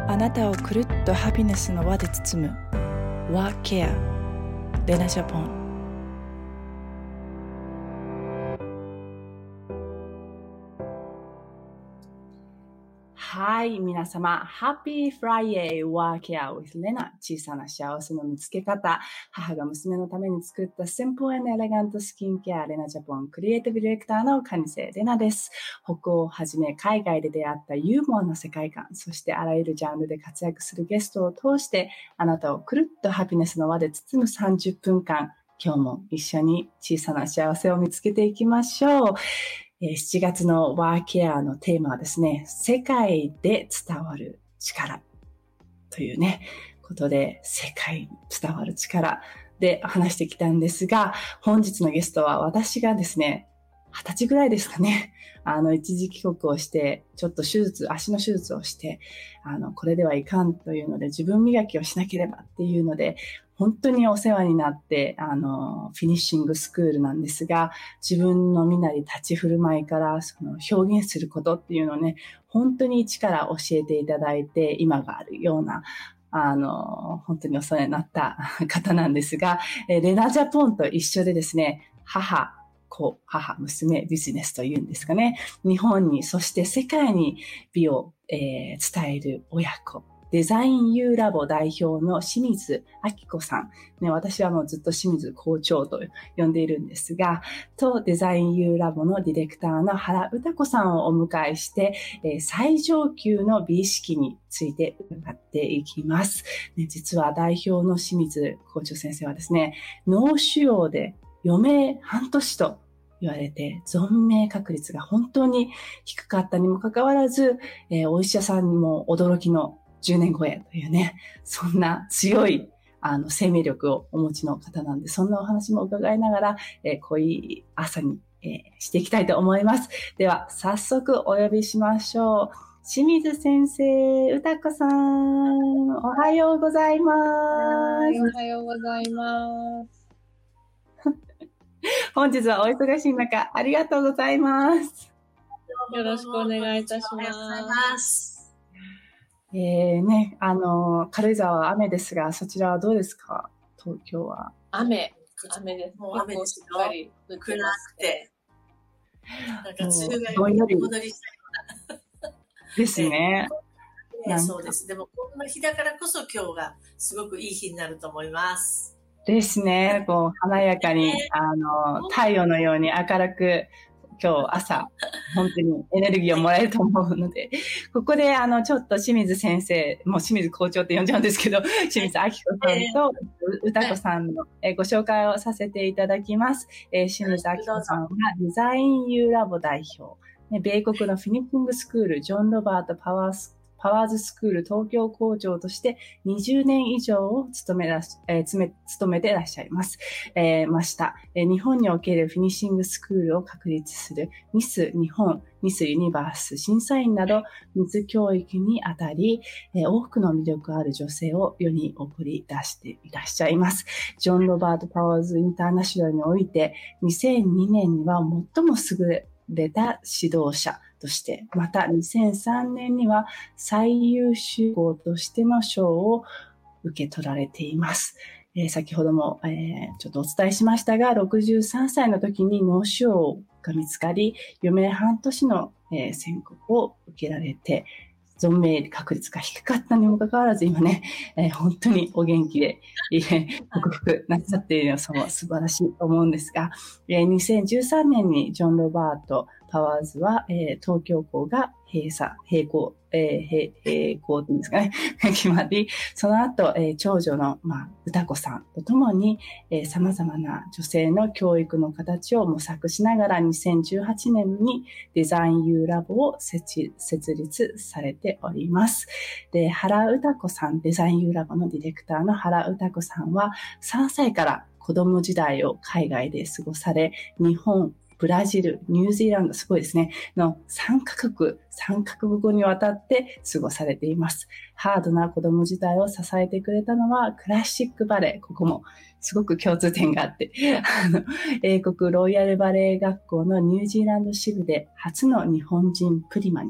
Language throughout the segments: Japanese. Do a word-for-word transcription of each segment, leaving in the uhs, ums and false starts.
あなたをくるっとハピネスの輪で包む Wa Care レナジャポン。はい、皆様、Happy Friday! Wa Care with Lena。小さな幸せの見つけ方。母が娘のために作ったシンプル&エレガントスキンケア、レナジャポンクリエイティブディレクターの蟹瀬レナです。北欧をはじめ海外で出会ったユーモアの世界観、そしてあらゆるジャンルで活躍するゲストを通して、あなたをくるっとハピネスの輪で包むさんじゅっぷんかん、今日も一緒に小さな幸せを見つけていきましょう。しちがつのワーケアのテーマはですね、世界で伝わる力というね、ことで、世界に伝わる力で話してきたんですが、本日のゲストは私がですね、はたちぐらいですかね、あの、一時帰国をして、ちょっと手術、足の手術をして、あの、これではいかんというので、自分磨きをしなければっていうので、本当にお世話になって、あの、フィニッシングスクールなんですが、自分の身なり立ち振る舞いから、その表現することっていうのをね、本当に一から教えていただいて、今があるような、あの、本当にお世話になった方なんですが、レナジャポンと一緒でですね、母、子、母、娘、ビジネスというんですかね。日本に、そして世界に美を、えー、伝える親子。デザイン U ラボ代表の清水明子さん。ね、私はもうずっと清水校長と呼んでいるんですが、とデザイン U ラボのディレクターの原詩子さんをお迎えして、えー、最上級の美意識について伺っていきます。ね、実は代表の清水校長先生はですね、脳腫瘍で余命半年と言われて、存命確率が本当に低かったにもかかわらず、えー、お医者さんにも驚きのじゅうねん超えというね、そんな強いあの生命力をお持ちの方なんで、そんなお話も伺いながら、えー、濃い朝に、えー、していきたいと思います。では、早速お呼びしましょう。清水先生、詩子さん、おはようございます。 おはようございます。 本日はお忙しい中、ありがとうございます。 よろしくお願いいたします。 えー、ね、あの、軽井沢は雨ですが、そちらはどうですか？東京は。 雨、雨です。 もう雨ですよ。暗くて。なんか梅雨がどんより戻りしたような。 ですね。 えー、そうです。でも、こんな日だからこそ今日がすごくいい日になると思います。 ですね。こう、華やかに、あの、太陽のように明るく、今日朝、本当にエネルギーをもらえると思うので、ここで、あの、ちょっと清水先生、もう清水校長って呼んじゃうんですけど、清水明子さんと詩子さんのご紹介をさせていただきます。えー、清水明子さんはデザイン U ラボ代表、ね、米国のフィニッシングスクール、ジョン・ロバート・パワースパワーズスクール東京校長としてにじゅうねん以上を務めらし、えー、務めていらっしゃいます。えー、ました、えー。日本におけるフィニッシングスクールを確立するミス日本、ミスユニバース審査員など、水教育にあたり、えー、多くの魅力ある女性を世に送り出していらっしゃいます。ジョン・ロバート・パワーズ・インターナショナルにおいて、にせんにねんには最も優れた指導者として、またにせんさんねんには最優秀校としての賞を受け取られています。えー、先ほども、えー、ちょっとお伝えしましたが、ろくじゅうさんさいの時に脳腫瘍が見つかり、余命半年の、えー、宣告を受けられて、存命確率が低かったにもかかわらず、今ね、えー、本当にお元気で、えー、克服なさっているのは素晴らしいと思うんですが、えー、にせんじゅうさんねんにジョン・ロバート・パワーズは、えー、東京校が閉鎖、閉校、えー、閉校っていうんですかね、決まり、その後、えー、長女の、まあ、詩子さんとともに、えー、様々な女性の教育の形を模索しながら、にせんじゅうはちねんにデザイン U ラボを設設立されております。で、原詩子さん、デザイン U ラボのディレクターの原詩子さんは、さんさいから子供時代を海外で過ごされ、日本、ブラジル、ニュージーランド、すごいですね、のさんカ国、さんカ国語にわたって過ごされています。ハードな子供時代を支えてくれたのはクラシックバレエ。ここもすごく共通点があって、あの、英国ロイヤルバレエ学校のニュージーランド支部で初の日本人プリマに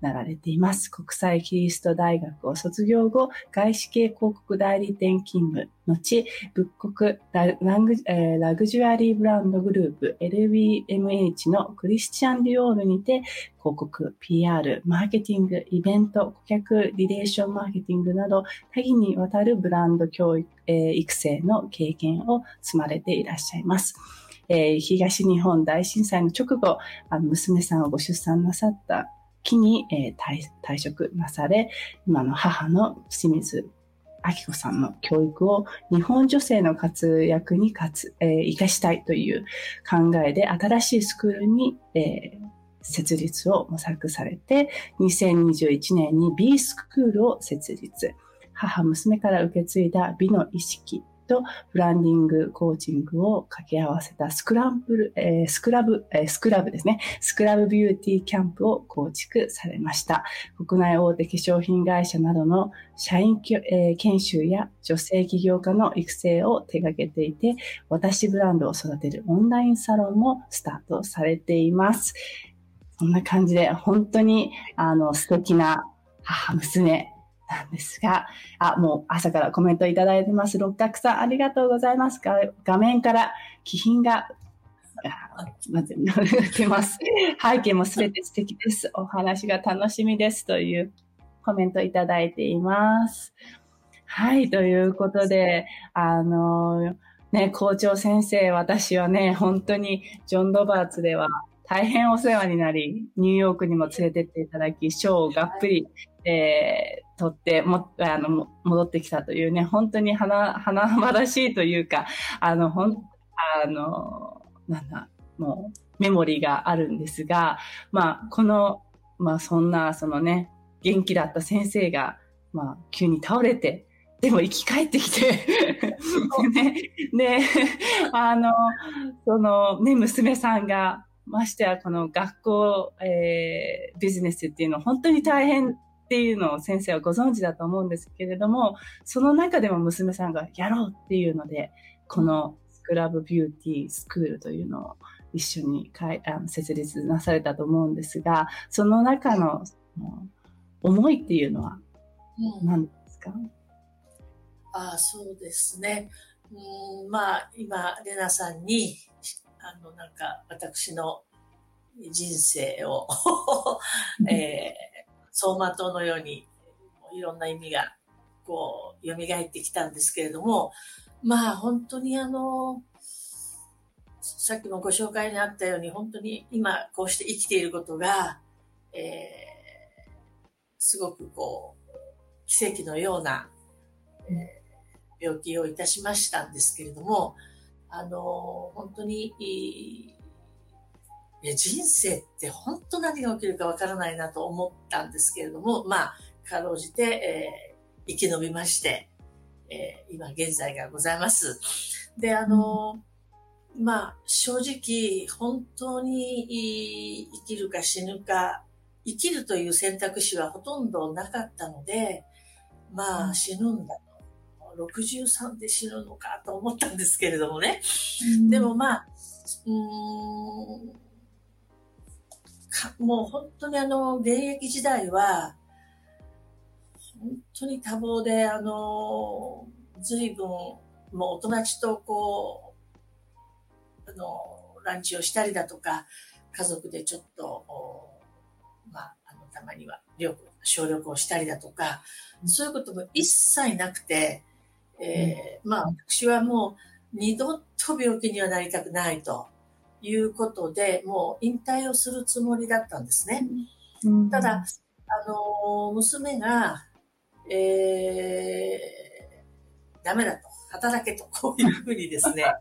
なられています。国際キリスト大学を卒業後、外資系広告代理店勤務。後、仏国ラグ、えー、ラグジュアリーブランドグループ エルビーエムエイチ のクリスチャン・ディオールにて広告、ピーアール、マーケティング、イベント、顧客リレーションマーケティングなど多岐にわたるブランド教育、えー、育成の経験を積まれていらっしゃいます。えー、東日本大震災の直後、あの娘さんをご出産なさった期に、えー、退, 退職なされ、今の母の清水明子さんの教育を日本女性の活躍に活、えー、生かしたいという考えで新しいスクールに、えー、設立を模索されて、にせんにじゅういちねんに B スクールを設立。母、娘から受け継いだ美の意識とブランディング、コーチングを掛け合わせたスクランブル、えー、スクラブ、えー、スクラブですね。スクラブビューティーキャンプを構築されました。国内大手化粧品会社などの社員、えー、研修や女性起業家の育成を手掛けていて、私ブランドを育てるオンラインサロンもスタートされています。そんな感じで、本当にあの素敵な母、娘、なんですが、あ、もう朝からコメントいただいてます。六角さん、ありがとうございます。画面から気品が、まず、出ます。背景もすべて素敵です。お話が楽しみです。というコメントいただいています。はい、ということで、あの、ね、校長先生、私はね、本当にジョン・ロバーツでは大変お世話になり、ニューヨークにも連れてっていただき、賞をがっぷり、えー、取っても、あの、戻ってきたというね、本当に華、華々しいというか、あの、ほん、あの、なんだ、もう、メモリーがあるんですが、まあ、この、まあ、そんな、そのね、元気だった先生が、まあ、急に倒れて、でも生き返ってきて、ね、ね、あの、その、ね、娘さんが、ましてやこの学校、えー、ビジネスっていうのは本当に大変っていうのを先生はご存知だと思うんですけれども、その中でも娘さんがやろうっていうので、このスクラブビューティースクールというのを一緒にかいあの設立なされたと思うんですが、その中の思いっていうのは何ですか？うん、 ああ、そうですね。うん、まあ、今、レナさんに、あの、なんか、私の人生を、えー、走馬灯のように、いろんな意味が、こう、蘇ってきたんですけれども、まあ、本当にあの、さっきもご紹介にあったように、本当に今、こうして生きていることが、えー、すごくこう、奇跡のような、えー病気をいたしましたんですけれども、あの、本当に、いや人生って本当何が起きるかわからないなと思ったんですけれども、まあ、かろうじて、えー、生き延びまして、えー、今現在がございます。で、あの、うん、まあ、正直、本当に生きるか死ぬか、生きるという選択肢はほとんどなかったので、まあ、死ぬんだと。ろくじゅうさんで死ぬのかと思ったんですけれどもね。うん、でもまあ、うーんかもう本当にあの、現役時代は、本当に多忙で、あの、随分、もうお友達とこう、あの、ランチをしたりだとか、家族でちょっと、まあ、あの、たまには旅行、小旅行したりだとか、そういうことも一切なくて、えー、まあ私はもう二度と病気にはなりたくないということで、もう引退をするつもりだったんですね。うん、ただ、あの、娘が、えー、ダメだと、働けと、こういうふうにですね、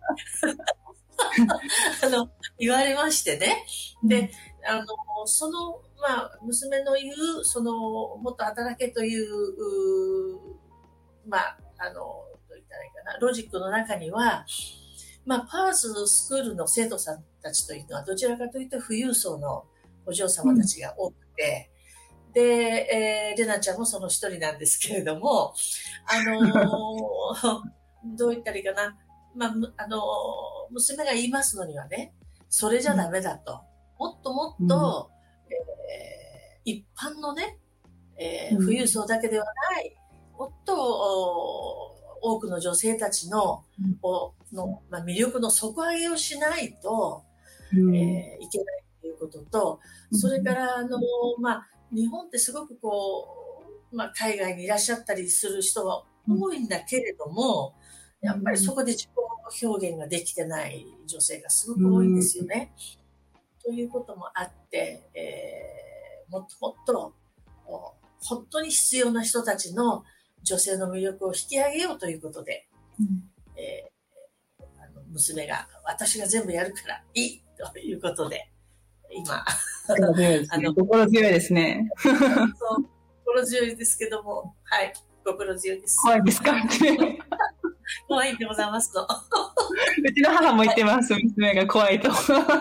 あの、言われましてね。で、あの、その、まあ、娘の言う、その、もっと働けという、うまあ、あの、どう言ったらいいかな、ロジックの中には、まあ、パーススクールの生徒さんたちというのは、どちらかというと富裕層のお嬢様たちが多くて、うん、で、えー、レナちゃんもその一人なんですけれども、あのー、どう言ったらいいかな、まあ、あのー、娘が言いますのにはね、それじゃダメだと。もっともっと、うん、え一般のね、えー、富裕層だけではない、もっと多くの女性たちの、うん、の、まあ、魅力の底上げをしないと、うん、えー、いけないということと、それから、あの、まあ、日本ってすごくこう、まあ、海外にいらっしゃったりする人は多いんだけれども、うん、やっぱりそこで自己表現ができてない女性がすごく多いんですよね。うん、ということもあって、えー、もっともっと、本当に必要な人たちの女性の魅力を引き上げようということで、うん、えー、あの娘が私が全部やるからいいということで今あの心強いですね。 そう心強いですけども、はい、心強いです。 怖いですか？ 怖いでございますと。 うちの母も言ってます、娘が怖いと。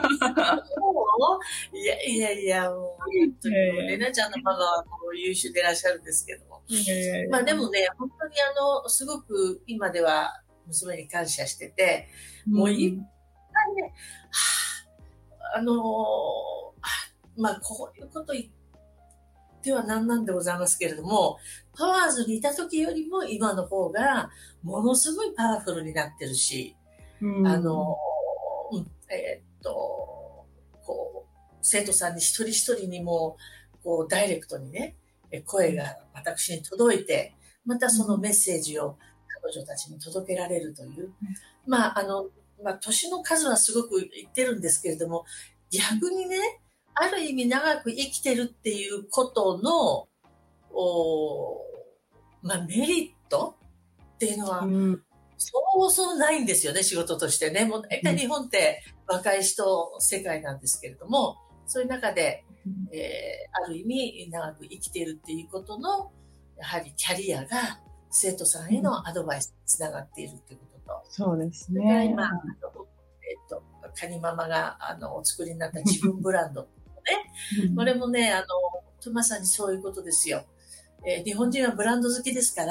いやいやいや、もう本当にレナちゃんのママはもう優秀でいらっしゃるんですけども、まあでもね、本当にあのすごく今では娘に感謝してて、もういっぱいね、はあ、あのー、まあこういうこと言ってはなんなんでございますけれども、パワーズにいた時よりも今の方がものすごいパワフルになってるし、うん、あのー、うん、えー、っとこう生徒さんに一人一人にもこうダイレクトにね声が私に届いて、またそのメッセージを彼女たちに届けられるという、うん、まああのまあ年の数はすごく言ってるんですけれども、逆にねある意味長く生きてるっていうことのお、まあ、メリットっていうのは、うん、そうそうないんですよね、仕事としてね。もう大体日本って若い人世界なんですけれども、そういう中で、えー、ある意味長く生きているっていうことのやはりキャリアが生徒さんへのアドバイスにつながっているということと、 そうですね。 それから今、えっと、カニママがあのお作りになった自分ブランドね、これもね、あのまさにそういうことですよ。えー、日本人はブランド好きですから、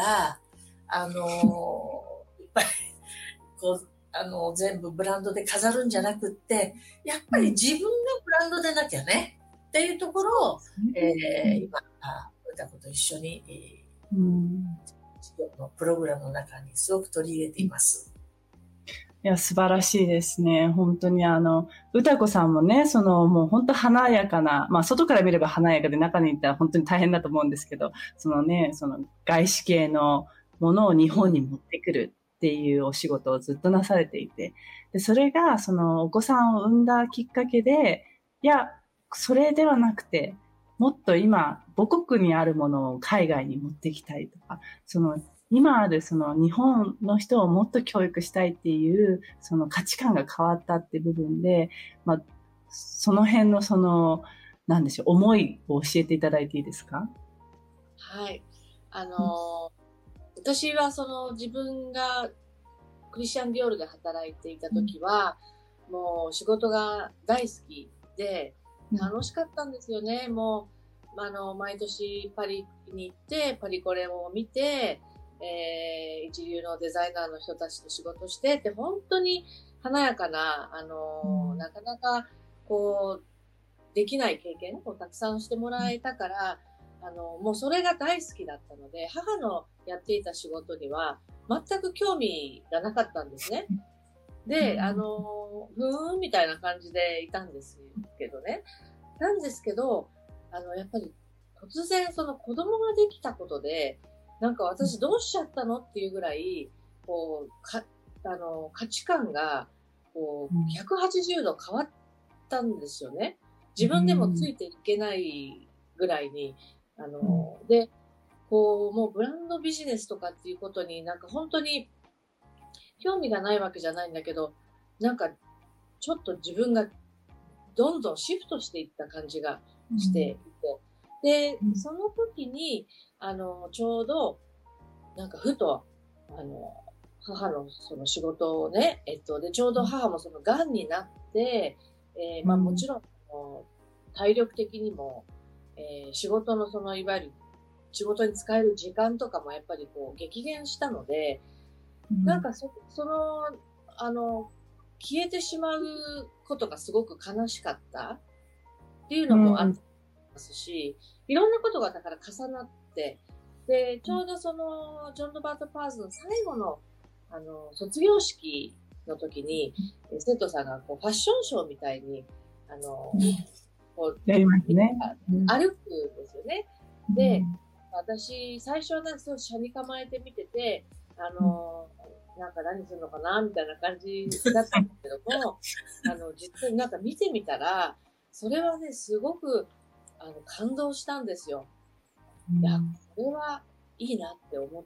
あのー、やっぱりこうあの全部ブランドで飾るんじゃなくって、やっぱり自分がブランドでなきゃねっていうところを、えー、今歌子と一緒に、えー、うん、授業のプログラムの中にすごく取り入れています。 いや、素晴らしいですね。本当にあの、歌子さんもね、そのもう本当華やかな、まあ外から見れば華やかで中に行ったら本当に大変だと思うんですけど、そのね、その外資系のものを日本に持ってくるっていうお仕事をずっとなされていて、で、それがそのお子さんを産んだきっかけで、いや、それではなくて、もっと今、母国にあるものを海外に持ってきたいとか、その今あるその日本の人をもっと教育したいっていうその価値観が変わったっていう部分で、まあ、その辺のその、なんでしょう、思いを教えていただいていいですか？ はい。あの、うん、私はその自分がクリスチャン・ディオールで働いていた時は、うん、もう仕事が大好きで楽しかったんですよね。うん、もう、あの、毎年パリに行って、パリコレを見て、えー、一流のデザイナーの人たちと仕事してって、本当に華やかな、あの、うん、なかなか、こう、できない経験をたくさんしてもらえたから、あの、もうそれが大好きだったので、母のやっていた仕事には全く興味がなかったんですね。で、あの、ふーんみたいな感じでいたんですけどね。なんですけど、あの、やっぱり突然その子供ができたことで、なんか私どうしちゃったのっていうぐらい、こう、か、あの、価値観が、こう、ひゃくはちじゅうど変わったんですよね。自分でもついていけないぐらいに、あの、で、こう、もうブランドビジネスとかっていうことになんか本当に興味がないわけじゃないんだけど、なんかちょっと自分がどんどんシフトしていった感じがしていて、で、その時に、あの、ちょうど、なんかふと、あの、母のその仕事をね、えっと、で、ちょうど母もその癌になって、えー、まあもちろん、体力的にも、えー、仕事のその、いわゆる、仕事に使える時間とかもやっぱりこう激減したので、なんかそ、その、あの、消えてしまうことがすごく悲しかったっていうのもあったんますし、いろんなことがだから重なって、で、ちょうどその、ジョン・ロバート・パーズの最後の、あの、卒業式の時に、生徒さんがこうファッションショーみたいに、あの、こう、 やりますね。 歩くんですよね。で、私、最初はなんかそう、車に構えて見てて、あの、なんか何するのかなみたいな感じだったんですけども、あの、実際になんか見てみたら、それはね、すごく、あの、感動したんですよ。いや、これはいいなって思って、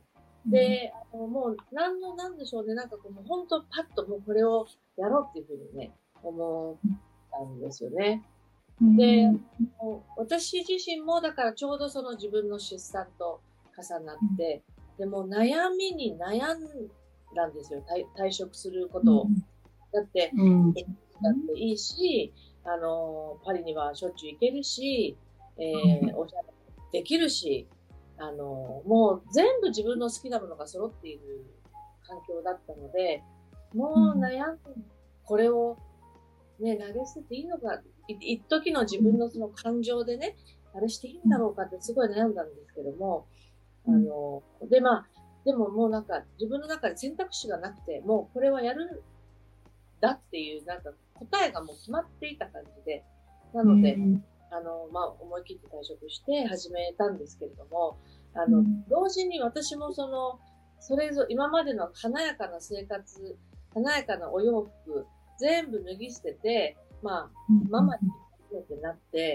で、あの、もう、なんの、なんでしょうね、なんかこう、もう本当パッともうこれをやろうっていうふうにね、思ったんですよね。で、私自身もだからちょうどその自分の出産と重なって、でも悩みに悩んだんですよ、退, 退職することを。だって、うん、だっていいし、あの、パリにはしょっちゅう行けるし、えー、おしゃれできるし、あの、もう全部自分の好きなものが揃っている環境だったので、もう悩んで、これをね、投げ捨てていいのか、一時の自分のその感情でね、あれしていいんだろうかってすごい悩んだんですけども、あの、で、まあ、でももうなんか自分の中で選択肢がなくて、もうこれはやるだっていう、なんか答えがもう決まっていた感じで、なので、あの、まあ、思い切って退職して始めたんですけれども、あの、同時に私もその、それぞれ今までの華やかな生活、華やかなお洋服、全部脱ぎ捨てて、まあ、ママに初めてなって、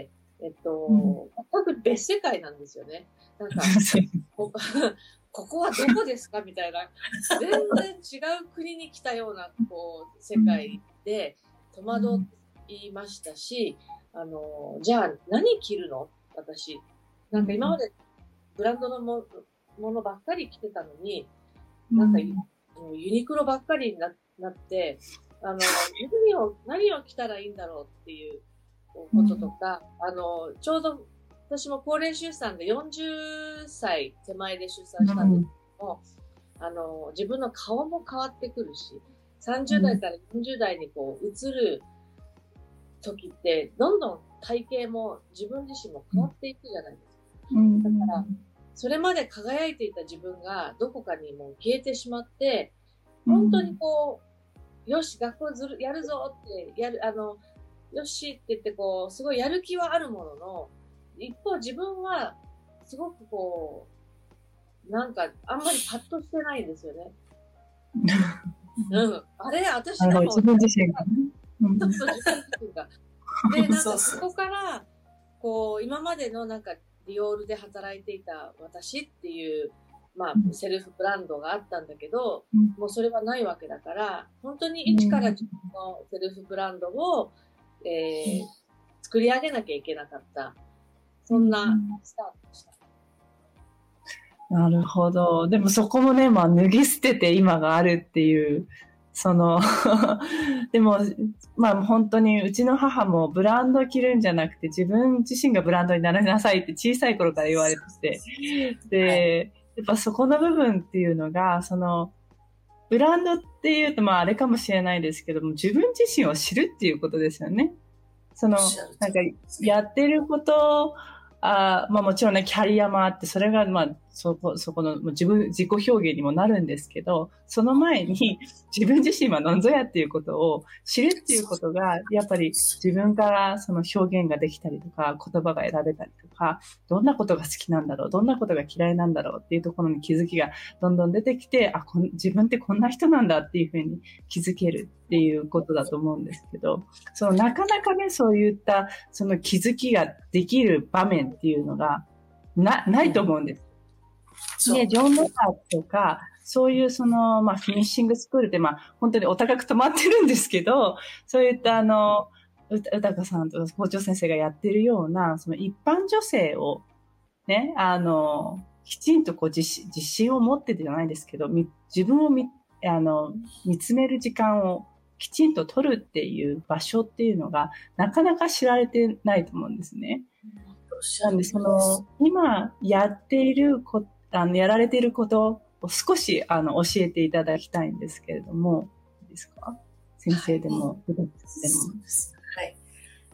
えっと、全く別世界なんですよね。なんか、こ, ここはどこですかみたいな、全然違う国に来たような、こう、世界で戸惑いましたし、あの、じゃあ何着るの私。なんか今までブランドのもものばっかり着てたのに、なんかユニクロばっかりに な, なって、あの、何を、何を着たらいいんだろうっていうこととか、あの、ちょうど私も高齢出産でよんじゅっさい手前で出産したんですけども、あの、自分の顔も変わってくるし、さんじゅう代からよんじゅう代にこう移る時って、どんどん体型も自分自身も変わっていくじゃないですか。だから、それまで輝いていた自分がどこかにもう消えてしまって、本当にこう、よし、学校ずる、やるぞって、やる、あの、よしって言ってこう、すごいやる気はあるものの、一方自分は、すごくこう、なんか、あんまりパッとしてないんですよね。うん。あれ、私でも、 自分自身が。 そうそう、自分自身が。で、なんかそこから、こう、今までのなんか、ディオールで働いていた私っていう、まあ、セルフブランドがあったんだけど、うん、もうそれはないわけだから、本当に一から自分のセルフブランドを、えー、作り上げなきゃいけなかった。そんなスタートでした。 なるほど。でもそこもね、まあ脱ぎ捨てて今があるっていう、その、でも、まあ本当にうちの母もブランド着るんじゃなくて自分自身がブランドになりなさいって小さい頃から言われてて、で、やっぱそこの部分っていうのが、その、ブランドっていうとまああれかもしれないですけども、自分自身を知るっていうことですよね。その、なんか、やってること、あまあもちろんね、キャリアもあって、それがまあ、そこ、そこの自分、自己表現にもなるんですけど、その前に自分自身は何ぞやっていうことを知るっていうことが、やっぱり自分からその表現ができたりとか、言葉が選べたりとか、どんなことが好きなんだろう、どんなことが嫌いなんだろうっていうところに気づきがどんどん出てきて、あ、こん自分ってこんな人なんだっていうふうに気づけるっていうことだと思うんですけど、そのなかなかね、そういったその気づきができる場面っていうのがな、ないと思うんです。で、ジョン・ロバートとか、そういうその、まあ、フィニッシングスクールって、まあ、本当にお高く泊まってるんですけど、そういったあの、うたかさんと校長先生がやってるような、その一般女性を、ね、あの、きちんとこう自信、自信を持っててじゃないですけど、自分を見、あの、見つめる時間をきちんと取るっていう場所っていうのが、なかなか知られてないと思うんですね。なんで、その、今やっているこ、あの、やられていることを少し、あの、教えていただきたいんですけれども、いいですか？先生でも、はい、でも。 はい。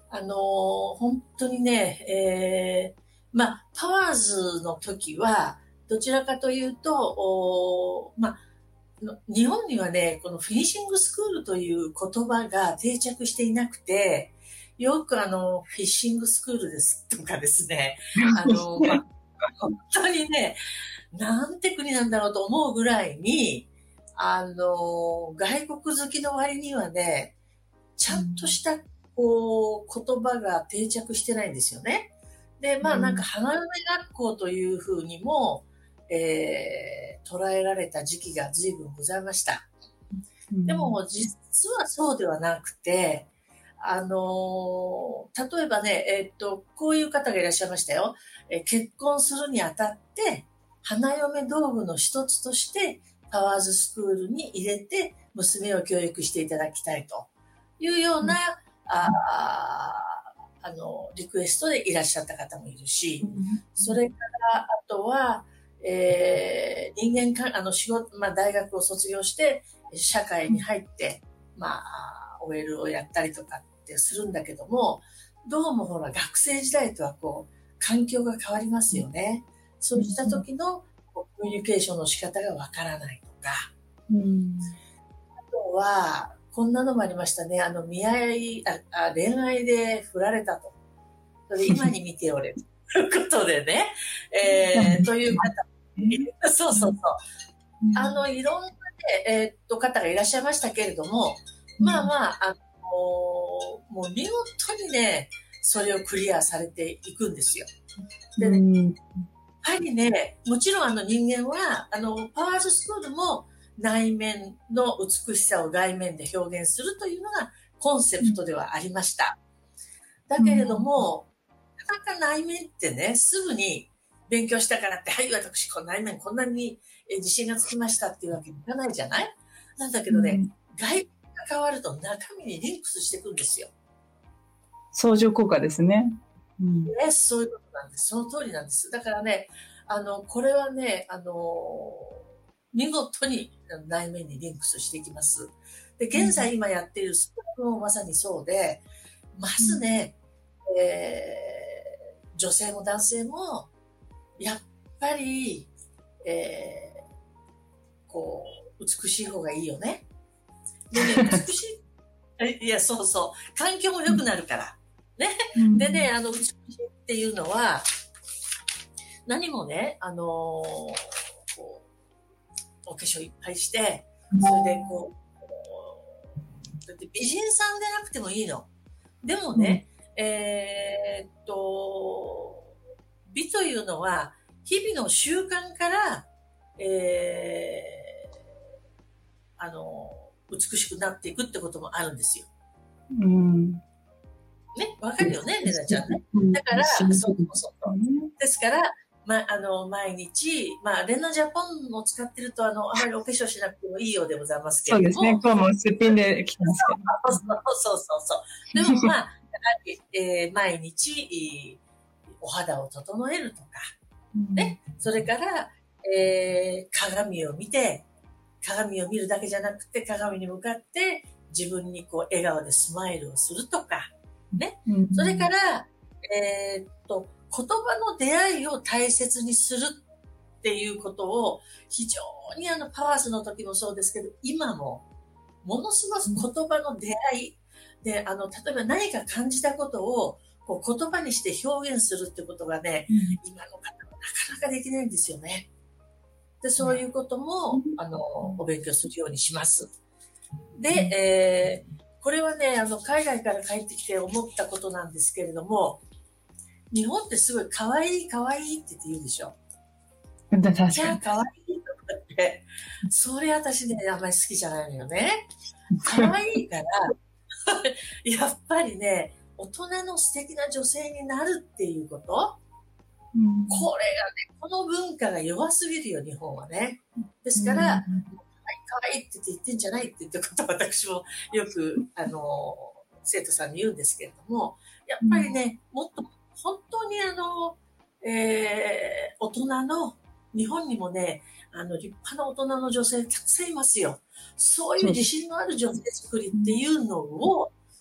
あのー本当にね、えー、まあ、パワーズの時は、どちらかというと、おーまあ、の日本にはね、このフィニッシングスクールという言葉が定着していなくて、よくあの、フィッシングスクールですとかですね、あの、まあ、本当にね、なんて国なんだろうと思うぐらいに、あの、外国好きの割にはね、ちゃんとした、こう、言葉が定着してないんですよね。で、まあなんか、花嫁学校というふうにも、えー、捉えられた時期が随分ございました。でも、実はそうではなくて、あのー例えばね、えーっと、こういう方がいらっしゃいましたよ。えー結婚するにあたって、花嫁道具の一つとして、パワーズスクールに入れて、娘を教育していただきたいというような、あーあの、リクエストでいらっしゃった方もいるし、それから、あとは、えー人間か、あの、仕事、まあ、大学を卒業して、社会に入って、まあ、オーエル をやったりとかってするんだけども、どうもほら、学生時代とはこう、環境が変わりますよね。そうした時のこうコミュニケーションの仕方がわからないとか、 うんあとは、こんなのもありましたね。あの、見合い、あ、あ恋愛で振られたと。それ今に見ておれ。ということでね、えー、という方、そうそうそう。あの、いろんなね、えーっと、方がいらっしゃいましたけれども、まあまあ、あのもう見事にね、それをクリアされていくんですよ。でね、やっぱりね、もちろんあの人間は、あの、パワーズスクールも内面の美しさを外面で表現するというのがコンセプトではありました。だけれども、なかなか内面ってね、すぐに勉強したからって、はい、私、この内面こんなに自信がつきましたっていうわけにいかないじゃないなんだけどね、外見が変わると中身にリンクスしていくんですよ。 相乗効果ですね。うんね、そういうことなんです。その通りなんです。だからね、あの、これはね、あの、見事に内面にリンクスしていきます。で、現在今やっているスクールもまさにそうで、まずね、えー女性も男性も、やっぱり、えーこう、美しい方がいいよね。でね、美しい、いや、そうそう、環境も良くなるから。ね。でね、あの、美しいっていうのは、何もね、あのーこう、お化粧いっぱいして、それでこう、だって美人さんでなくてもいいの。でもね、えーっと、美というのは、日々の習慣から、えー、あの、美しくなっていくってこともあるんですよ。 うんね、わかるよね、レナちゃんね。 うんだから、そうそうそう。 うんですから、ま、あの、毎日、まあ、レナジャポンを使ってると、あの、あまりお化粧しなくてもいいようでございますけれども。 そうですね。今日もすっぴんで来てますけど。 そうそうそうそう。でもまあ、やはり、えー毎日、お肌を整えるとか、ね。それから、えー鏡を見て、鏡を見るだけじゃなくて、鏡に向かって自分にこう笑顔でスマイルをするとか、 うんそれから、えーっと、言葉の出会いを大切にするっていうことを、非常にあの、パワースの時もそうですけど、今も、ものすごく言葉の出会いで、あの、例えば何か感じたことを、こう言葉にして表現するってことがね、今の方はなかなかできないんですよね。で、そういうことも、あの、お勉強するようにします。で、えー、これはね、あの、海外から帰ってきて思ったことなんですけれども、日本ってすごい可愛い可愛いって言うでしょ。 確かにじゃあ可愛いとかって、それ私ね、あんまり好きじゃないのよね。可愛いから、やっぱりね、大人の素敵な女性になるっていうこと、 うんこれがね、この文化が弱すぎるよ、日本はね。ですから、可愛い可愛いって言ってんじゃないって言ってことを私もよく、あの、生徒さんに言うんですけれども、やっぱりね、もっと本当にあの、えー、大人の、日本にもね、あの、立派な大人の女性たくさんいますよ。そういう自信のある女性作りっていうのを、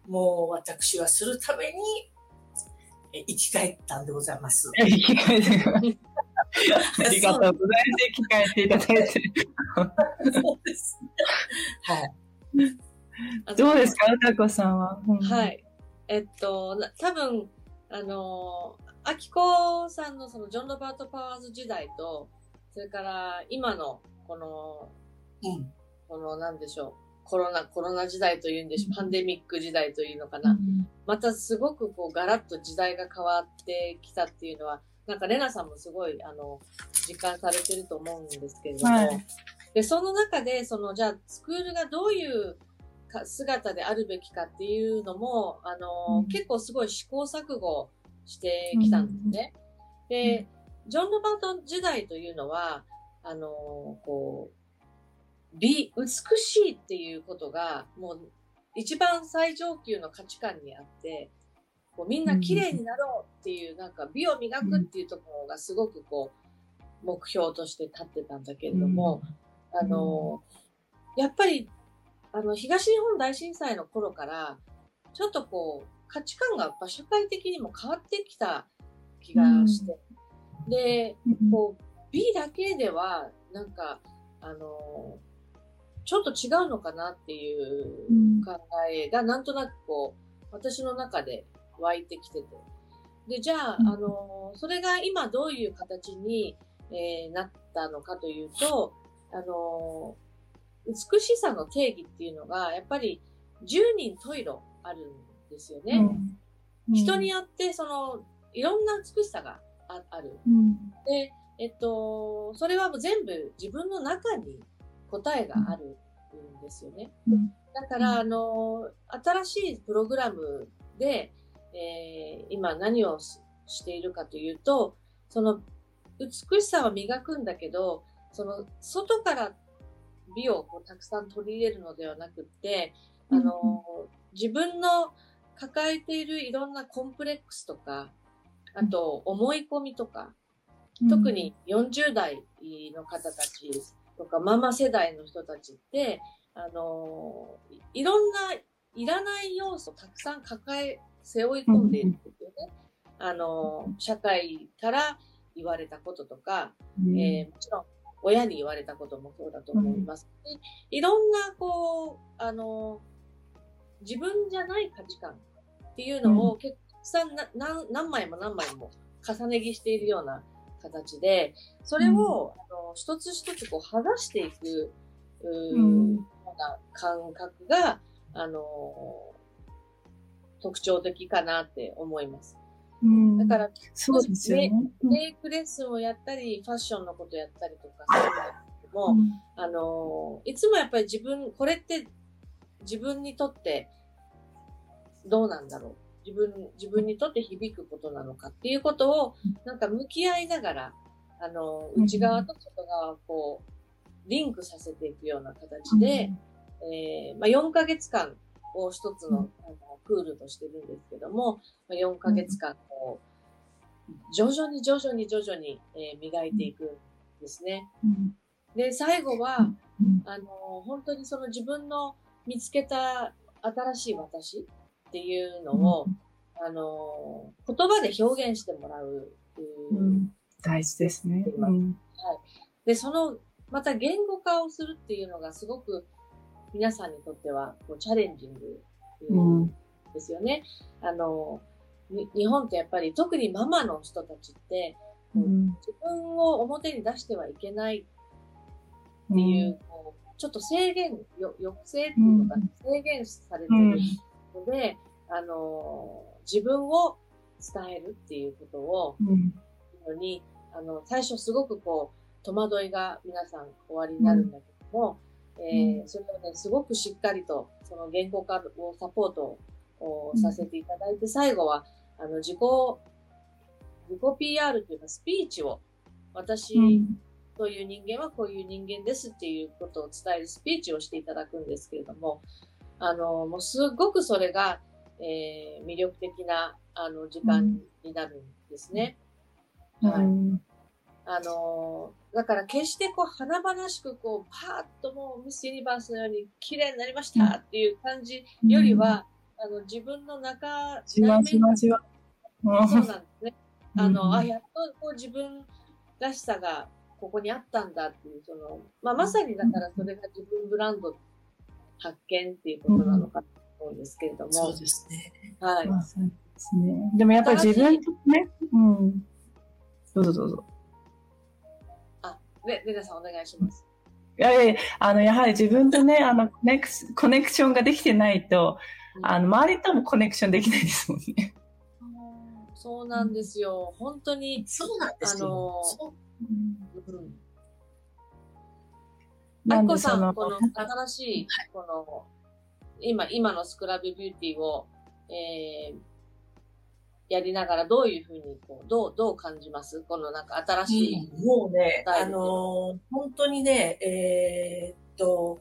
もう私はするために生き返ったんでございます。 生き返ってありがとうございます。生き返っていただいて。 そうです。はい。 どうですか、歌子さんは。 うん、はい。えっと、多分、あの、アキコさんのそのジョン・ロバート・パワーズ時代と、それから今のこの、うん、このなんでしょう、コロナ、コロナ時代というんでしょう、パンデミック時代というのかな。うん、またすごくこうガラッと時代が変わってきたっていうのは、なんかレナさんもすごい、あの、実感されてると思うんですけれども、はい、で、その中で、その、じゃあ、スクールがどういう姿であるべきかっていうのも、あの、うん、結構すごい試行錯誤してきたんですね。うん、で、ジョン・ロバート時代というのは、あの、こう、美、美しいっていうことが、もう、一番最上級の価値観にあって、こうみんな綺麗になろうっていう、なんか美を磨くっていうところがすごくこう、目標として立ってたんだけれども、あの、やっぱり、あの、東日本大震災の頃から、ちょっとこう、価値観が社会的にも変わってきた気がして、で、こう、美だけでは、なんか、あの、ちょっと違うのかなっていう考えが、なんとなくこう、私の中で湧いてきてて。で、じゃあ、あの、それが今どういう形に、えー、なったのかというと、あの、美しさの定義っていうのが、やっぱりじゅうにん十色あるんですよね。うんうん、人によって、その、いろんな美しさが あ, ある、うん。で、えっと、それはもう全部自分の中に答えがあるんですよね。うん、だから、あの、新しいプログラムで、えー、今何をしているかというと、その美しさを磨くんだけど、その外から美をこうたくさん取り入れるのではなくって、あの、うん、自分の抱えているいろんなコンプレックスとか、あと思い込みとか、うん、特によんじゅう代の方たちとかママ世代の人たちって、あの、いろんないらない要素をたくさん抱え、背負い込んでいるんですよね。うん、あの、社会から言われたこととか、うん、えー、もちろん親に言われたこともそうだと思います。うん、いろんな、こう、あの、自分じゃない価値観っていうのを結構さんな何何枚も何枚も重ね着しているような形で、それを、うん、あの一つ一つこう剥がしていく、うーん、ような感覚が、あの、特徴的かなって思います。うん、だから、 そうですよね。 メイクレッスンをやったり、ファッションのことやったりとかするんだけども、うん、あの、いつもやっぱり自分、これって自分にとってどうなんだろう。自分、自分にとって響くことなのかっていうことを、なんか向き合いながら、あの、内側と外側をこう、リンクさせていくような形で、うん、えー、まあ、よんかげつかんを一つの、あのクールとしてるんですけども、まあ、よんかげつかんこう、徐々に徐々に徐々に、えー、磨いていくんですね。うん、で、最後は、あの、本当にその自分の見つけた新しい私っていうのを、あの、言葉で表現してもらう。 うん、大事ですね。うん、 はい。で、その、また言語化をするっていうのがすごく皆さんにとってはこうチャレンジング、うん、ですよね。あの、日本ってやっぱり特にママの人たちって、うん、自分を表に出してはいけないっていう、うん、こうちょっと制限、抑制っていうのが制限されてるので、うん、あの、自分を伝えるっていうことを、うん、のに、あの、最初すごくこう、戸惑いが皆さんおありになるんだけども、うん、えー、それをね、すごくしっかりと、その言語化をサポートをさせていただいて、最後は、あの、自己、自己 ピーアール というか、スピーチを、私という人間はこういう人間ですっていうことを伝えるスピーチをしていただくんですけれども、あの、もうすごくそれが、えー、魅力的な、あの、時間になるんですね。うん、はい。あの、だから決してこう、華々しくこう、パーッともうミスユニバースのように綺麗になりましたっていう感じよりは、 あの自分の中、 じわじわじわ。 そうなんですね。あの、 うんあ、やっとこう自分らしさがここにあったんだっていう、その、まあ、まさにだからそれが自分ブランド発見っていうことなのかと思うんですけれども。 そうですね。 はい。 まあそうですね。でもやっぱり自分とね、うん。どうぞどうぞ。 あ、レ、レナさんお願いします。 いやいや、あの、やはり自分とね、あの、コネクシ、コネクションができてないと、うん、あの、周りともコネクションできないですもんね。 そうなんですよ。うん、本当に。 そうなんですよ。 あの、うん。 なあきこさん、この新しい、この、今、今のスクラブビューティーを、えー、やりながらどういうふうに、こう、どう、どう感じます？このなんか新しい、 うん。もうね、あのー、本当にね、えー、っと、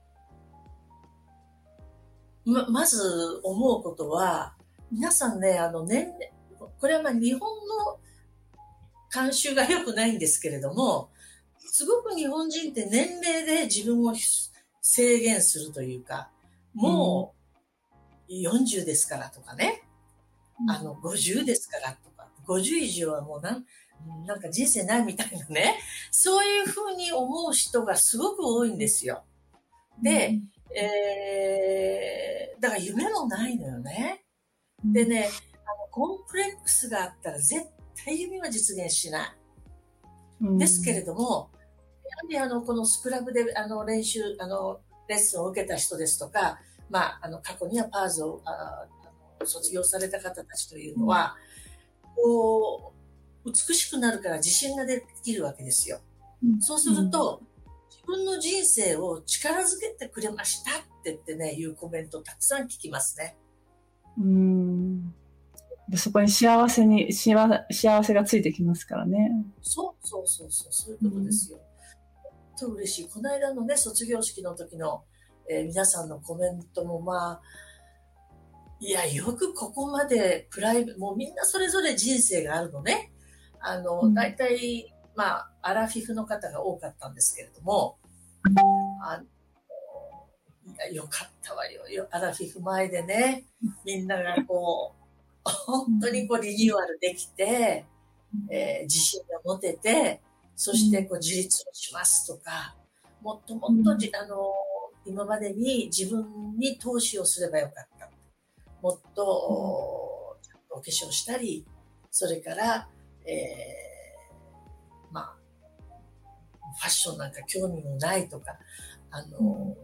ま、まず思うことは、皆さんね、あの、年齢、これはまあ日本の慣習が良くないんですけれども、すごく日本人って年齢で自分を制限するというか、もうよんじゅうですからとかね、うん、あのごじゅうですからとか、ごじゅう以上はもうなんなんか人生ないみたいなね、そういうふうに思う人がすごく多いんですよ。で、うん、えー、だから夢もないのよね。うん、でね、あのコンプレックスがあったら絶対夢は実現しない。うん、ですけれども、やはりあのこのスクラブであの練習あのレッスンを受けた人ですとか、まあ、あの過去にはパーズをああの卒業された方たちというのは、うん、こう美しくなるから自信ができるわけですよ。うん、そうすると、うん、自分の人生を力づけてくれましたって言ってね、いうコメントたくさん聞きますね。 うーん、でそこに幸せに幸せがついてきますからね。 そうそうそうそう、そういうことですよ。うん、と嬉しい。この間のね、卒業式の時の、えー、皆さんのコメントもまあ、いや、よくここまでプライベート、もうみんなそれぞれ人生があるのね。あの、うん、大体、まあ、アラフィフの方が多かったんですけれども、あの、いや、よかったわよ。アラフィフ前でね、みんながこう、本当にこうリニューアルできて、えー、自信が持てて、そしてこう自立をしますとか、もっともっとじ、あの、今までに自分に投資をすればよかった。もっと、お化粧したり、それから、えー、まあ、ファッションなんか興味もないとか、あの、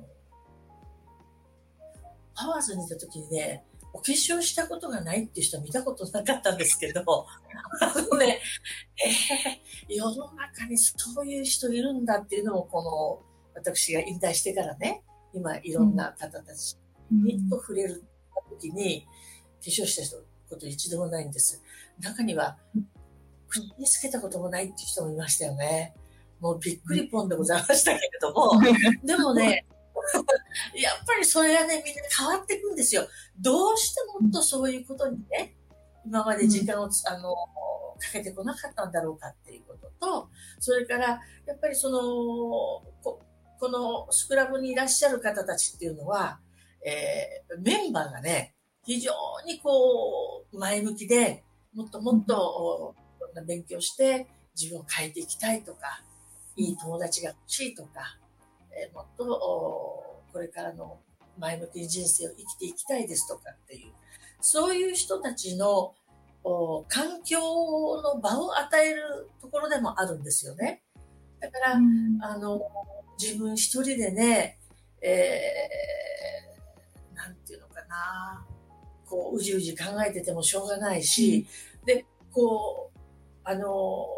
パワーズにいた時にね、お化粧したことがないっていう人は見たことなかったんですけど、あのね、えー、世の中にそういう人いるんだっていうのも、この、私が引退してからね、今いろんな方たちにと触れる時に、化粧した人こと一度もないんです。中には、口につけたこともないっていう人もいましたよね。もうびっくりポンでございましたけれども、でもね、やっぱりそれがね、みんな変わっていくんですよ。どうしてもっとそういうことにね、今まで時間を、うん、あのかけてこなかったんだろうかっていうことと、それからやっぱりその こ, このスクラブにいらっしゃる方たちっていうのは、えー、メンバーがね、非常にこう前向きで、もっともっといろんな勉強して自分を変えていきたいとか、いい友達が欲しいとか、えー、もっとこれからの前向きに人生を生きていきたいですとかっていう、そういう人たちの環境の場を与えるところでもあるんですよね。だから、うん、あの自分一人でね、えー、なんていうのかな、こううじうじ考えててもしょうがないし、うん、でこうあの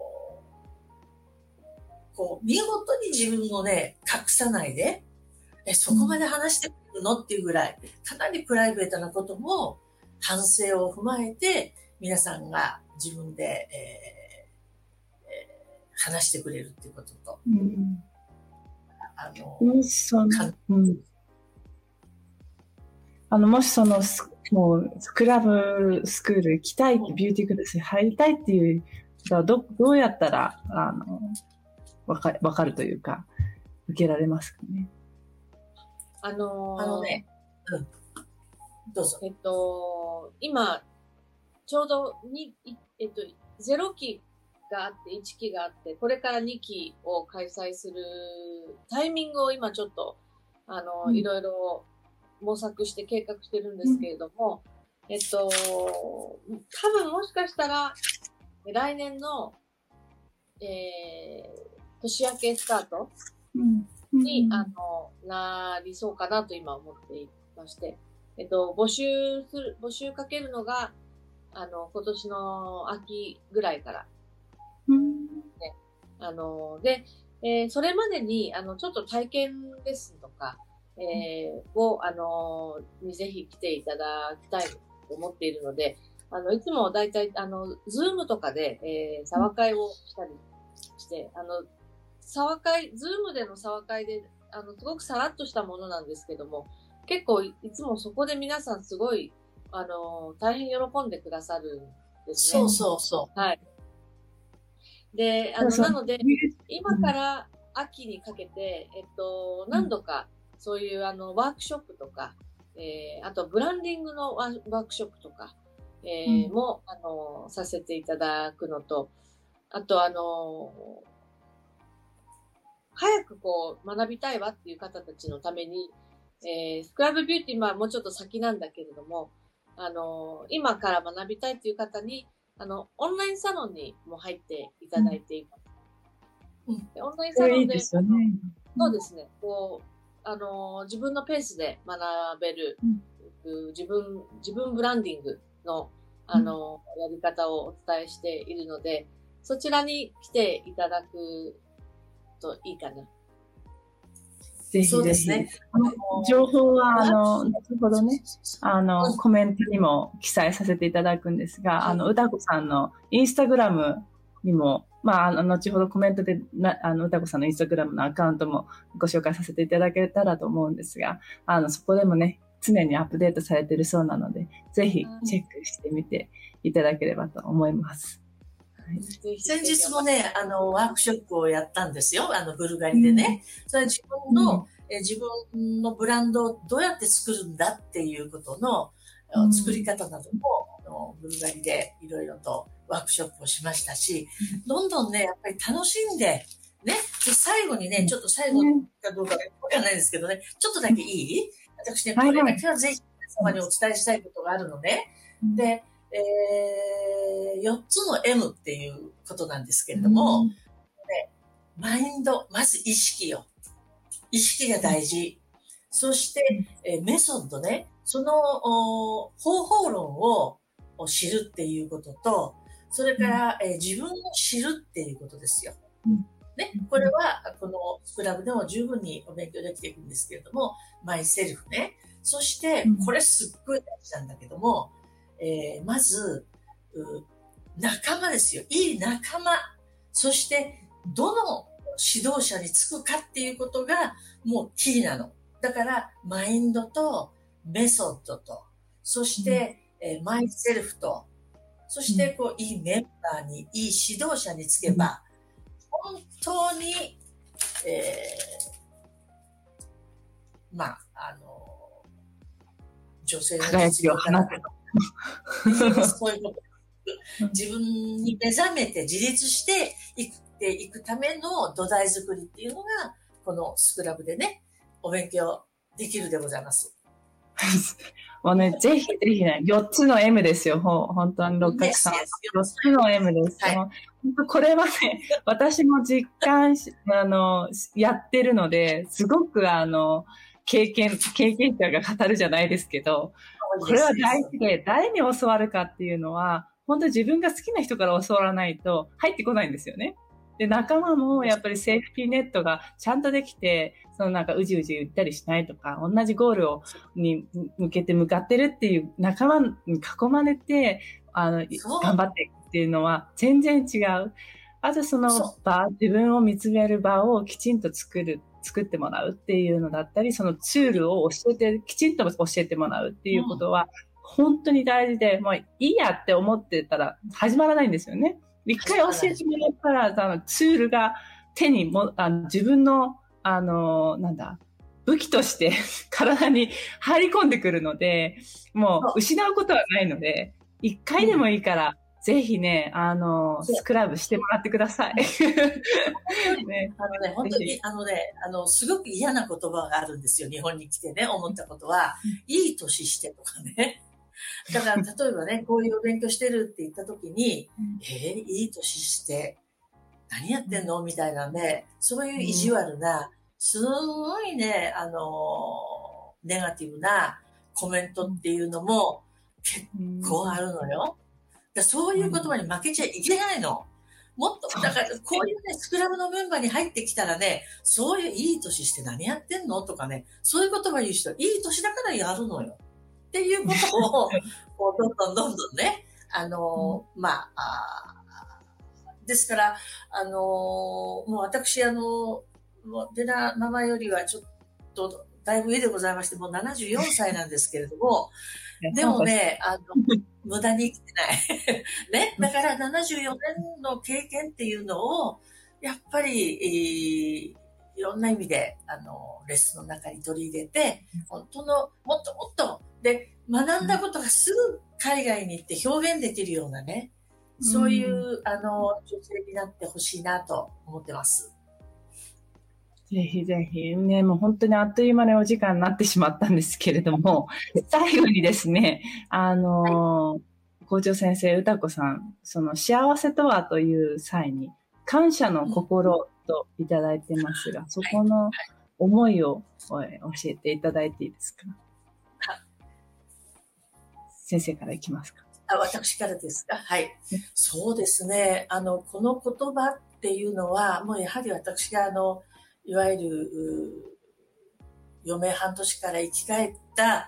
こう見事に自分をね隠さないで、えそこまで話してくるのっていうぐらい、かなりプライベートなことも反省を踏まえて皆さんが自分で、えーえー、話してくれるっていうことと、うん、あの、 もしその、うん、あのもしそのもうクラブスクール行きたい、ビューティークラスに入りたいっていう人はどどうやったらあのわかわかるというか受けられますかね。 あのー、 あのね、うん、 どうぞ。 えっと、今、ちょうどに、えっと、ゼロきがあっていちきがあって、これからにきを開催するタイミングを今ちょっと、あの、うん、いろいろ模索して計画してるんですけれども、うん、えっと、多分もしかしたら、来年の、えー、年明けスタートに、うん、あの、なりそうかなと今思っていまして、えっと、募集する、募集かけるのが、あの、今年の秋ぐらいから。うん、ね、あの、で、えー、それまでに、あの、ちょっと体験レッスンとか、えー、を、あの、にぜひ来ていただきたいと思っているので、あの、いつもだいたい、あの、ズームとかで、えー、沢会をしたりして、あの、沢会、ズームでの沢会で、あの、すごくさらっとしたものなんですけども、結構いつもそこで皆さんすごい、あの、大変喜んでくださるんですね。 そうそうそう。 はい。で、あの、なので、今から秋にかけて、えっと、何度か、そういうあの、ワークショップとか、えー、あと、ブランディングのワークショップとか、えー、うん、も、あの、させていただくのと、あと、あの、早くこう、学びたいわっていう方たちのために、えー、スクラブビューティー、まあ、もうちょっと先なんだけれども、あの、今から学びたいっていう方に、あの、オンラインサロンにも入っていただいています。うん、でオンラインサロンで、いいですよね、そうですね、こう、あの、自分のペースで学べる、うん、自分、自分ブランディングの、あの、うん、やり方をお伝えしているので、そちらに来ていただくといいかな。 ぜひぜひ。ね、情報は、あの、後ほどね、あの、コメントにも記載させていただくんですが、あの、うたこさんのインスタグラムにも、まあ、あの、後ほどコメントで、なあの、うたこさんのインスタグラムのアカウントもご紹介させていただけたらと思うんですが、あの、そこでもね、常にアップデートされているそうなので、ぜひチェックしてみていただければと思います。 はい、先日もね、あの、ワークショップをやったんですよ。あの、ブルガリでね。うん、それは自分の、うん、え、自分のブランドをどうやって作るんだっていうことの、うん、作り方なども、あのブルガリでいろいろとワークショップをしましたし、うん、どんどんね、やっぱり楽しんで、ね、で、最後にね、ちょっと最後かどうかわかんないですけどね、ちょっとだけいい？私ね、これだけはぜひ皆様にお伝えしたいことがあるのね。で、えー、よっつの エム っていうことなんですけれども、うん、ね、マインド、まず意識よ。意識が大事。そして、えー、メソッドね、その方法論を知るっていうことと、それから、えー、自分を知るっていうことですよ。うんね、これは、このスクラブでも十分にお勉強できていくんですけれども、マイセルフね。そして、これすっごい大事なんだけども、えー、まず、仲間ですよ。いい仲間。そして、どの指導者につくかっていうことが、もうキーなの。だから、マインドと、メソッドと、そして、うん、えー、マイセルフと、そして、こう、いいメンバーに、いい指導者につけば、本当に、えー、まあ、あの、女性の輝きを放てそういうこと。自分に目覚めて自立していっていくための土台作りっていうのが、このスクラブでね、お勉強できるでございます。 もうね、ぜひぜひね、よっつの エム ですよ。ほ本当に六角さん。よっつの エム です。はい、本当これはね、私も実感し、あの、やってるので、すごくあの、経験、経験者が語るじゃないですけど、これは大事で、誰に教わるかっていうのは、本当に自分が好きな人から教わらないと入ってこないんですよね。で、仲間もやっぱりセーフティーネットがちゃんとできて、そのなんかうじうじ言ったりしないとか、同じゴールをに向けて向かってるっていう仲間に囲まれて、あの、頑張っていくっていうのは全然違う。あとその場、自分を見つめる場をきちんと作る、作ってもらうっていうのだったり、そのツールを教えて、きちんと教えてもらうっていうことは、本当に大事で、もういいやって思ってたら始まらないんですよね。一回教えてもらったら、あのツールが手にも、あの自分の、あの、なんだ、 武器として体に入り込んでくるので、もう失うことはないので、一回でもいいから、ぜひね、あの、スクラブしてもらってください。 ね、あのね、本当に、あのね、あの、すごく嫌な言葉があるんですよ。日本に来てね、思ったことは、いい年してとかね。だから、例えばね、こういうお勉強してるって言った時に、えー、いい年して、何やってんのみたいなね、そういう意地悪な、すごいね、あの、ネガティブなコメントっていうのも結構あるのよ。だそういう言葉に負けちゃいけないの。もっと、だからこういうね、スクラブのメンバーに入ってきたらね、そういういい年して何やってんのとかね、そういう言葉言う人、いい年だからやるのよ。っていうことを、こうどんどんどんどんね、あの、まあ、あですから、あの、もう私、あの、デナママよりはちょっと、だいぶ上でございまして、もうななじゅうよんさいなんですけれども、でもね、あの、無駄に生きてない。ね。だからななじゅうよねんの経験っていうのを、やっぱり、えー、いろんな意味で、あの、レッスンの中に取り入れて、本当の、もっともっと、で、学んだことがすぐ海外に行って表現できるようなね、そういう、あの、女性になってほしいなと思ってます。 ぜひぜひ。ね、もう本当にあっという間にお時間になってしまったんですけれども、最後にですね、あの、はい、校長先生、歌子さん、その幸せとはという際に、感謝の心といただいてますが、うん、そこの思いを教えていただいていいですか？先生からいきますか？ あ、私からですか？はい。そうですね。あの、この言葉っていうのは、もうやはり私があの、いわゆる余命半年から生き返った、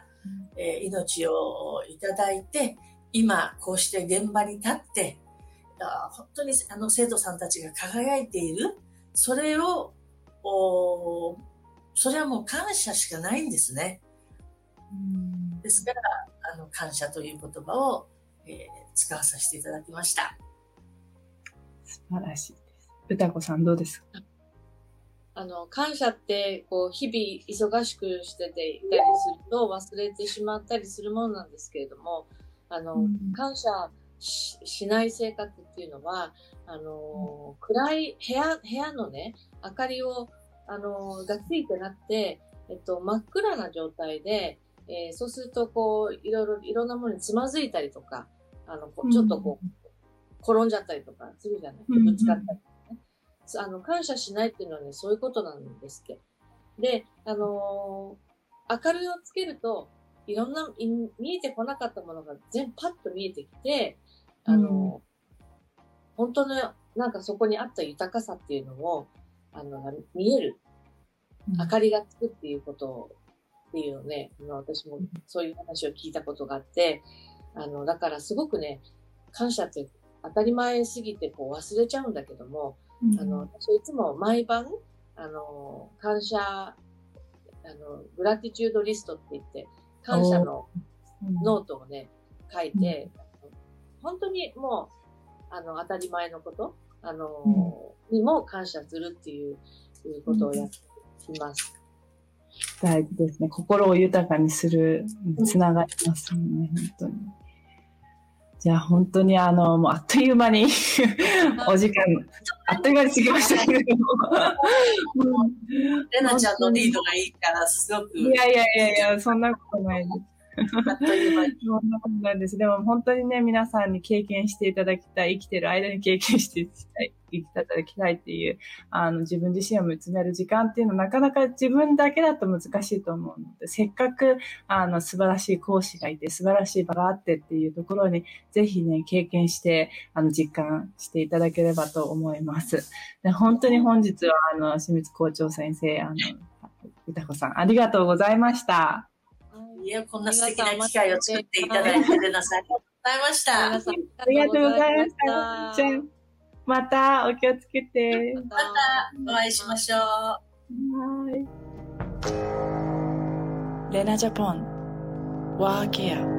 うんえー、命をいただいて、今こうして現場に立って、あ本当にあの生徒さんたちが輝いている、それを、おそれはもう感謝しかないんですね。うん、ですから、あの感謝という言葉を、えー、使わさせていただきました。 素晴らしいです。歌子さんどうですか？ あの、感謝って、こう、日々忙しくしてていたりすると忘れてしまったりするものなんですけれども、あの、うん、感謝 し, しない生活っていうのは、あの、うん、暗い部屋、部屋のね、明かりを、あの、がついてなくて、えっと、真っ暗な状態で、えー、そうすると、こう、いろいろ、いろんなものにつまずいたりとか、あの、ちょっとこう、うん、転んじゃったりとかするじゃない、ぶつかったり。あの、感謝しないっていうのはね、そういうことなんですって。で、あのー、明るいをつけると、いろんな、見えてこなかったものが全部パッと見えてきて、あのー、うん、本当の、なんかそこにあった豊かさっていうのを、あの、見える、明かりがつくっていうことっていうのをね、あの私もそういう話を聞いたことがあって、あの、だからすごくね、感謝って当たり前すぎてこう忘れちゃうんだけども、あの、私はいつも毎晩、あの、感謝、あの、グラティチュードリストって言って、感謝のノートをね、書いて、本当にもう、あの、当たり前のこと、あの、にも感謝するっていうことをやっています。 大事ですね。心を豊かにする、つながりますよね、本当に。じゃあ本当にあの、もうあっという間にお時間、あっという間に過ぎましたけれども。 レナちゃんのリードがいいから、すごく。 いやいやいやいや、そんなことないです。あっという間に。そんなことないです。でも本当にね、皆さんに経験していただきたい、生きてる間に経験していただきたい、生きていただきたいっていう、あの、自分自身を見つめる時間っていうのはなかなか自分だけだと難しいと思うので、せっかく、あの、素晴らしい講師がいて、素晴らしい場があってっていうところに、ぜひね、経験して、あの、実感していただければと思います。で本当に本日は、あの、清水校長先生、あの、歌子さん、ありがとうございました。 いや、こんな素敵な機会を作っていただいて、レナさん、ありがとうございました。 ありがとうございました。じゃあ、またお気をつけて。 またお会いしましょう。はい。レナジャポン、ワーケア。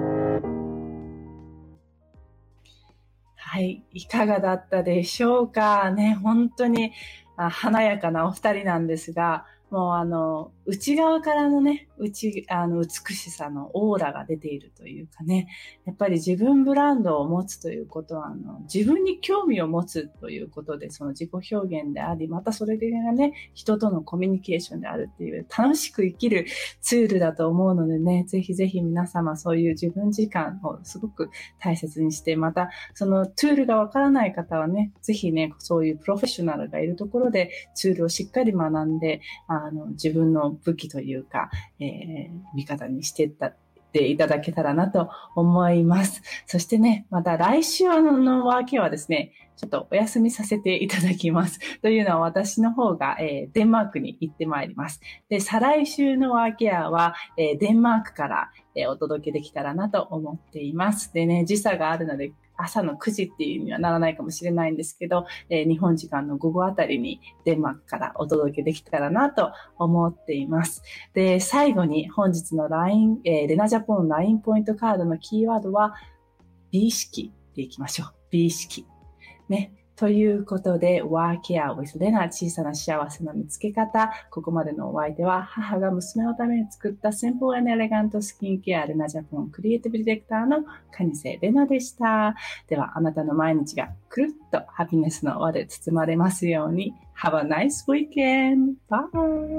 はい、いかがだったでしょうかね、本当に華やかなお二人なんですが、 もうあの、内側からのね、内、あの、美しさのオーラが出ているというかね、やっぱり自分ブランドを持つということは、あの、自分に興味を持つということで、その自己表現であり、またそれがね、人とのコミュニケーションであるっていう、楽しく生きるツールだと思うのでね、ぜひぜひ皆様そういう自分時間をすごく大切にして、またそのツールがわからない方はね、ぜひね、そういうプロフェッショナルがいるところでツールをしっかり学んで、あの、自分の武器というか、えー、味方にしていったていただけたらなと思います。そしてね、また来週のワーケはですね、ちょっとお休みさせていただきます。というのは私の方が、えー、デンマークに行ってまいります。で、再来週のワーケアは、えー、デンマークから、えー、お届けできたらなと思っています。でね、時差があるので、朝のくじっていうにはならないかもしれないんですけど、えー、日本時間の午後あたりにデンマークからお届けできたらなと思っています。で、最後に本日の ライン、えー、レナジャポン ライン ポイントカードのキーワードは美意識でいきましょう。美意識。ね。ということで、ワーケア with レナ、小さな幸せの見つけ方。ここまでのお相手は、母が娘のために作ったシンプル&エレガントスキンケア、レナジャポンクリエイティブディレクターの蟹瀬レナでした。では、あなたの毎日がくるっとハピネスの輪で包まれますように。Have a nice weekend! Bye!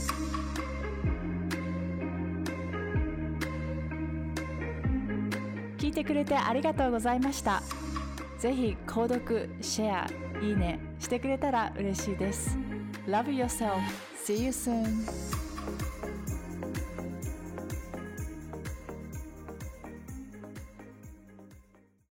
聞いてくれてありがとうございました。ぜひ購読、シェア、いいねしてくれたら嬉しいです。Love yourself. See you soon.